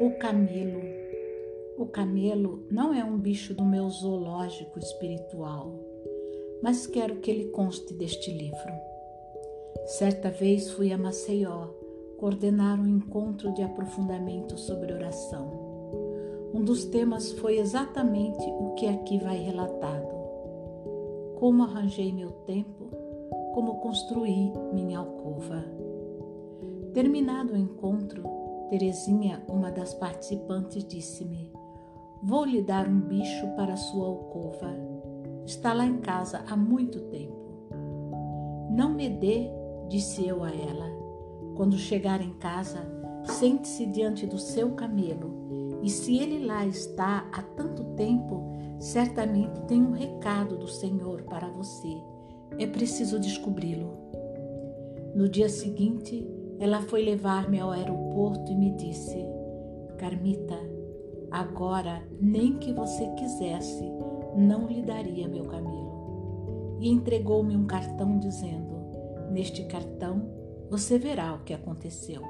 O camelo. O camelo não é um bicho do meu zoológico espiritual, mas quero que ele conste deste livro. Certa vez fui a Maceió coordenar um encontro de aprofundamento sobre oração. Um dos temas foi exatamente o que aqui vai relatado. Como arranjei meu tempo, como construí minha alcova. Terminado o encontro, Terezinha, uma das participantes, disse-me: "Vou lhe dar um bicho para sua alcova. Está lá em casa há muito tempo." "Não me dê", disse eu a ela. "Quando chegar em casa, sente-se diante do seu camelo, e se ele lá está há tanto tempo, certamente tem um recado do Senhor para você. É preciso descobri-lo." No dia seguinte, ela foi levar-me ao aeroporto e me disse: "Carmita, agora nem que você quisesse, não lhe daria meu camelo." E entregou-me um cartão dizendo: "Neste cartão você verá o que aconteceu."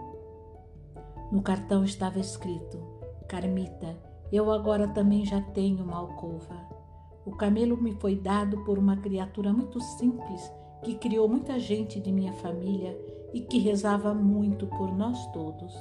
No cartão estava escrito: "Carmita, eu agora também já tenho uma alcova. O camelo me foi dado por uma criatura muito simples que criou muita gente de minha família e que rezava muito por nós todos."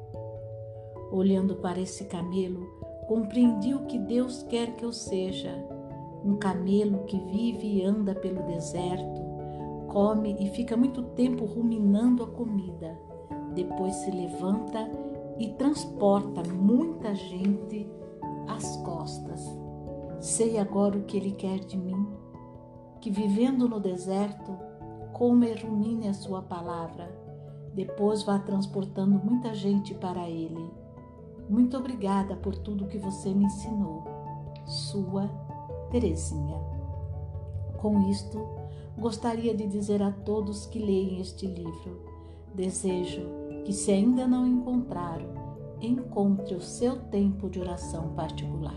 Olhando para esse camelo, compreendi o que Deus quer que eu seja. Um camelo que vive e anda pelo deserto, come e fica muito tempo ruminando a comida. Depois se levanta e transporta muita gente às costas. Sei agora o que ele quer de mim, que vivendo no deserto, coma e rumine a sua palavra, depois vá transportando muita gente para ele. Muito obrigada por tudo que você me ensinou. Sua Terezinha. Com isto, gostaria de dizer a todos que leem este livro: desejo que, se ainda não encontraram, encontre o seu tempo de oração particular.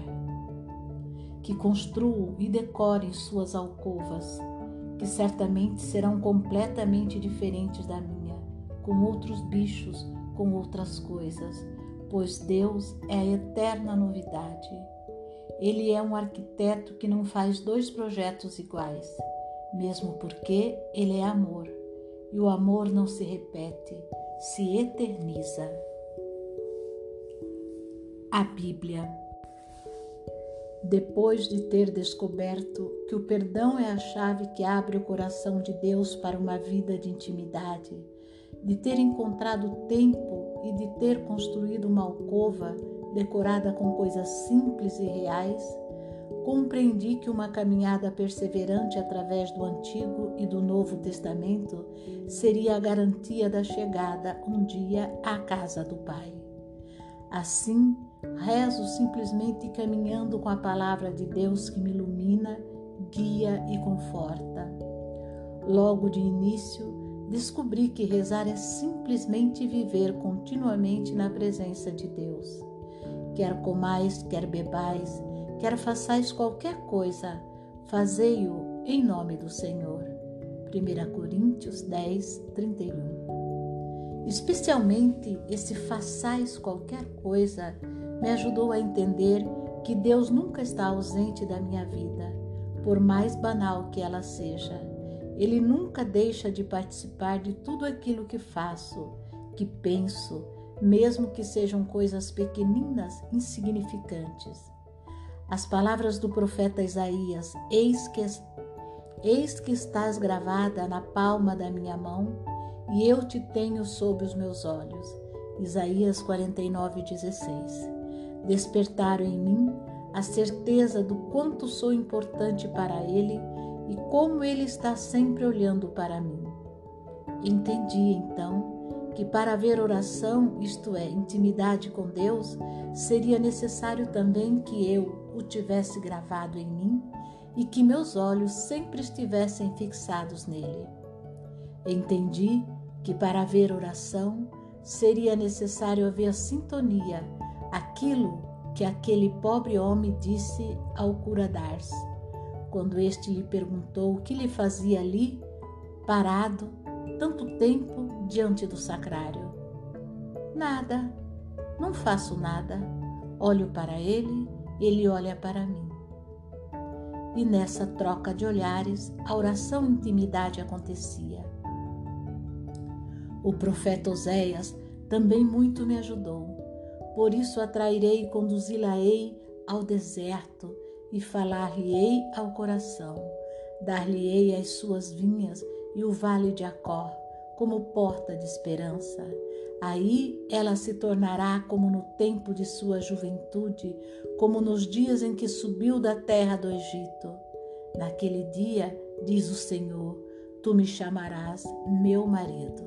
Que construam e decorem suas alcovas, que certamente serão completamente diferentes da minha, com outros bichos, com outras coisas, pois Deus é a eterna novidade. Ele é um arquiteto que não faz dois projetos iguais, mesmo porque ele é amor, e o amor não se repete, se eterniza. A Bíblia. Depois de ter descoberto que o perdão é a chave que abre o coração de Deus para uma vida de intimidade, de ter encontrado tempo e de ter construído uma alcova decorada com coisas simples e reais, compreendi que uma caminhada perseverante através do Antigo e do Novo Testamento seria a garantia da chegada um dia à casa do Pai. Assim, rezo simplesmente caminhando com a palavra de Deus que me ilumina, guia e conforta. Logo de início, descobri que rezar é simplesmente viver continuamente na presença de Deus. Quer comais, quer bebais, quer façais qualquer coisa, fazei-o em nome do Senhor. 1 Coríntios 10, 31. Especialmente esse façais qualquer coisa me ajudou a entender que Deus nunca está ausente da minha vida, por mais banal que ela seja. Ele nunca deixa de participar de tudo aquilo que faço, que penso, mesmo que sejam coisas pequeninas, insignificantes. As palavras do profeta Isaías: eis que estás gravada na palma da minha mão, e eu te tenho sob os meus olhos. Isaías 49:16. Despertaram em mim a certeza do quanto sou importante para Ele e como Ele está sempre olhando para mim. Entendi então que para haver oração, isto é, intimidade com Deus, seria necessário também que eu o tivesse gravado em mim e que meus olhos sempre estivessem fixados nele. Entendi que para haver oração seria necessário haver sintonia, aquilo que aquele pobre homem disse ao cura d'Ars, quando este lhe perguntou o que lhe fazia ali, parado, tanto tempo diante do sacrário. Nada, Não faço nada. Olho para ele, ele olha para mim. E nessa troca de olhares, a oração intimidade acontecia. O profeta Oséias também muito me ajudou. Por isso atrairei e conduzi-la-ei ao deserto e falar-lhe-ei ao coração. Dar-lhe-ei as suas vinhas e o vale de Acor, como porta de esperança. Aí ela se tornará como no tempo de sua juventude, como nos dias em que subiu da terra do Egito. Naquele dia, diz o Senhor, tu me chamarás meu marido.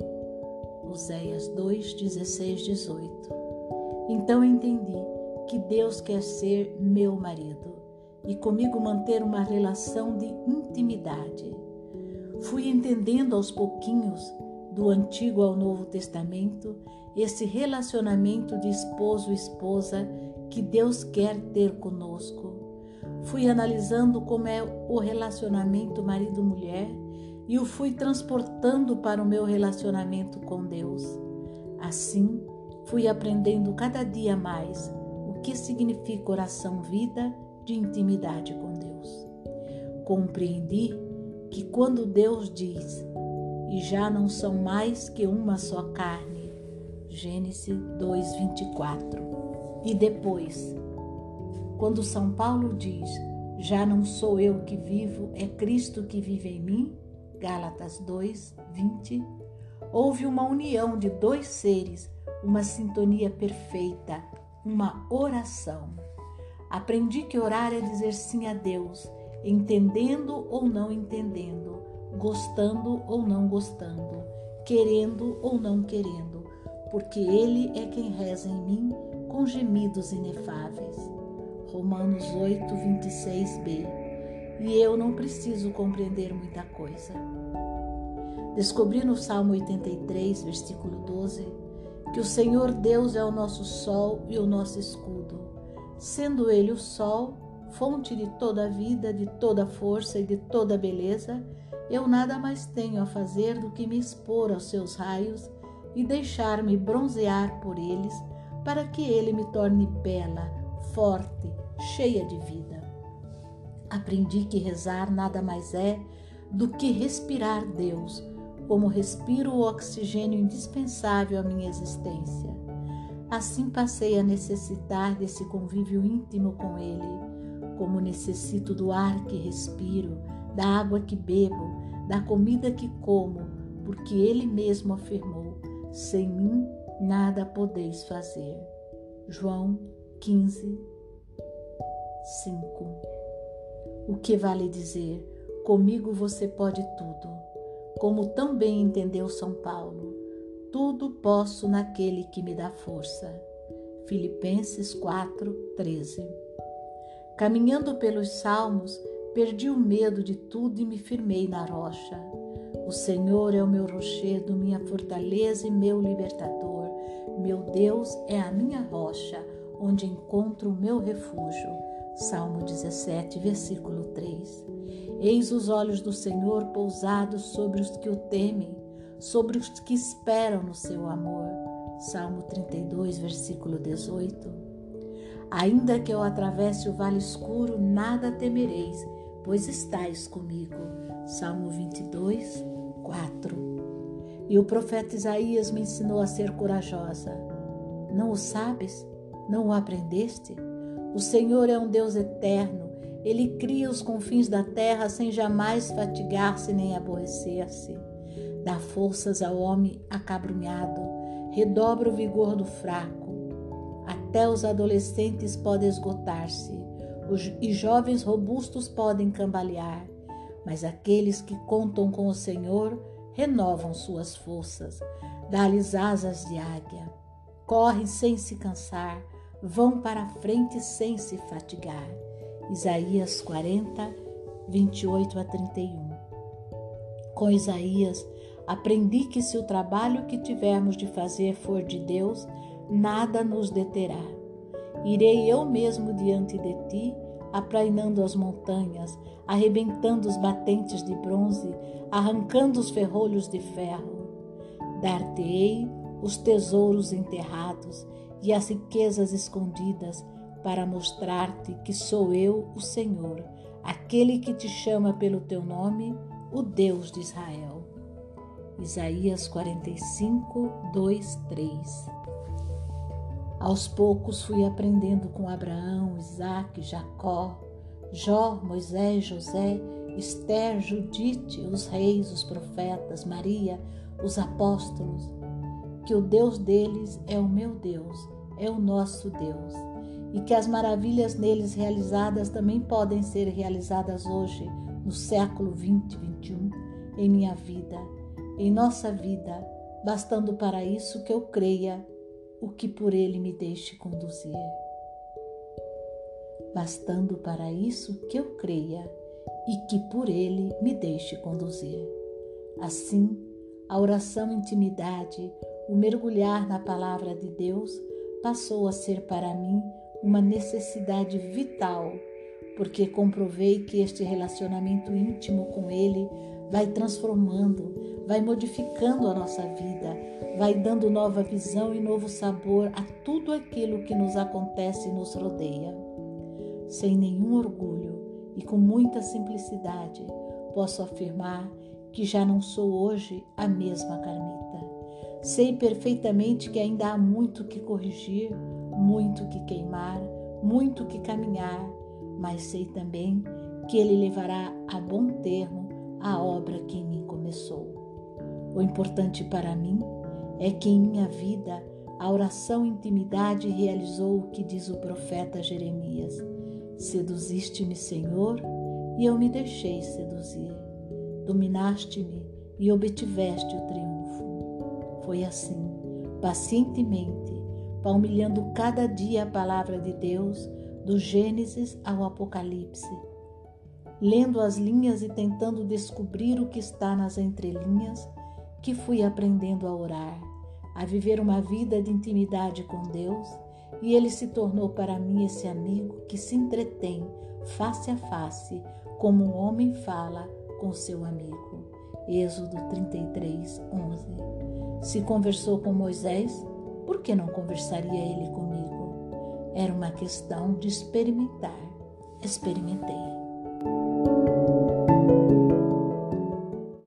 Oséias 2, 16, 18. Então entendi que Deus quer ser meu marido e comigo manter uma relação de intimidade. Fui entendendo aos pouquinhos, do Antigo ao Novo Testamento, esse relacionamento de esposo e esposa que Deus quer ter conosco. Fui analisando como é o relacionamento marido-mulher e o fui transportando para o meu relacionamento com Deus. Assim, fui aprendendo cada dia mais o que significa oração-vida de intimidade com Deus. Compreendi que quando Deus diz, e já não são mais que uma só carne, Gênesis 2:24. E depois, quando São Paulo diz, já não sou eu que vivo, é Cristo que vive em mim, Gálatas 2:20, houve uma união de dois seres, uma sintonia perfeita, uma oração. Aprendi que orar é dizer sim a Deus, entendendo ou não entendendo, gostando ou não gostando, querendo ou não querendo, porque Ele é quem reza em mim com gemidos inefáveis. Romanos 8, 26b. E eu não preciso compreender muita coisa. Descobri no Salmo 83, versículo 12, que o Senhor Deus é o nosso sol e o nosso escudo. Sendo Ele o sol, fonte de toda a vida, de toda a força e de toda a beleza, eu nada mais tenho a fazer do que me expor aos seus raios e deixar-me bronzear por eles, para que ele me torne bela, forte, cheia de vida. Aprendi que rezar nada mais é do que respirar Deus, como respiro o oxigênio indispensável à minha existência. Assim passei a necessitar desse convívio íntimo com Ele, como necessito do ar que respiro, da água que bebo, da comida que como, porque Ele mesmo afirmou, sem mim nada podeis fazer. João 15, 5. O que vale dizer, comigo você pode tudo, como tão bem entendeu São Paulo, tudo posso naquele que me dá força. Filipenses 4, 13. Caminhando pelos salmos, perdi o medo de tudo e me firmei na rocha. O Senhor é o meu rochedo, minha fortaleza e meu libertador. Meu Deus é a minha rocha, onde encontro o meu refúgio. Salmo 17, versículo 3. Eis os olhos do Senhor pousados sobre os que o temem, sobre os que esperam no seu amor. Salmo 32, versículo 18. Ainda que eu atravesse o vale escuro, nada temereis, pois estais comigo. Salmo 22, 4. E o profeta Isaías me ensinou a ser corajosa. Não o sabes? Não o aprendeste? O Senhor é um Deus eterno. Ele cria os confins da terra sem jamais fatigar-se nem aborrecer-se. Dá forças ao homem acabrunhado, redobra o vigor do fraco. Até os adolescentes podem esgotar-se, e jovens robustos podem cambalear, mas aqueles que contam com o Senhor renovam suas forças, dá-lhes asas de águia, correm sem se cansar, vão para a frente sem se fatigar. Isaías 40, 28 a 31. Com Isaías, aprendi que se o trabalho que tivermos de fazer for de Deus, nada nos deterá. Irei eu mesmo diante de ti, aplainando as montanhas, arrebentando os batentes de bronze, arrancando os ferrolhos de ferro. Dar-te-ei os tesouros enterrados e as riquezas escondidas, para mostrar-te que sou eu, o Senhor, aquele que te chama pelo teu nome, o Deus de Israel. Isaías 45, 2, 3. Aos poucos fui aprendendo com Abraão, Isaque, Jacó, Jó, Moisés, José, Esther, Judite, os reis, os profetas, Maria, os apóstolos, que o Deus deles é o meu Deus, é o nosso Deus, e que as maravilhas neles realizadas também podem ser realizadas hoje, no século 20, 21, em minha vida, em nossa vida, bastando para isso que eu creia o que por ele me deixe conduzir. Bastando para isso que eu creia e que por ele me deixe conduzir. Assim, a oração intimidade, o mergulhar na palavra de Deus, passou a ser para mim uma necessidade vital, porque comprovei que este relacionamento íntimo com ele vai transformando, vai modificando a nossa vida, vai dando nova visão e novo sabor a tudo aquilo que nos acontece e nos rodeia. Sem nenhum orgulho e com muita simplicidade, posso afirmar que já não sou hoje a mesma Carmita. Sei perfeitamente que ainda há muito que corrigir, muito que queimar, muito que caminhar, mas sei também que ele levará a bom termo a obra que em mim começou. O importante para mim é que em minha vida a oração intimidade realizou o que diz o profeta Jeremias: seduziste-me, Senhor, e eu me deixei seduzir. Dominaste-me e obtiveste o triunfo. Foi assim, pacientemente, palmilhando cada dia a palavra de Deus, do Gênesis ao Apocalipse, lendo as linhas e tentando descobrir o que está nas entrelinhas, que fui aprendendo a orar, a viver uma vida de intimidade com Deus, e Ele se tornou para mim esse amigo que se entretém face a face, como um homem fala com seu amigo. Êxodo 33, 11. Se conversou com Moisés, por que não conversaria ele comigo? Era uma questão de experimentar. Experimentei.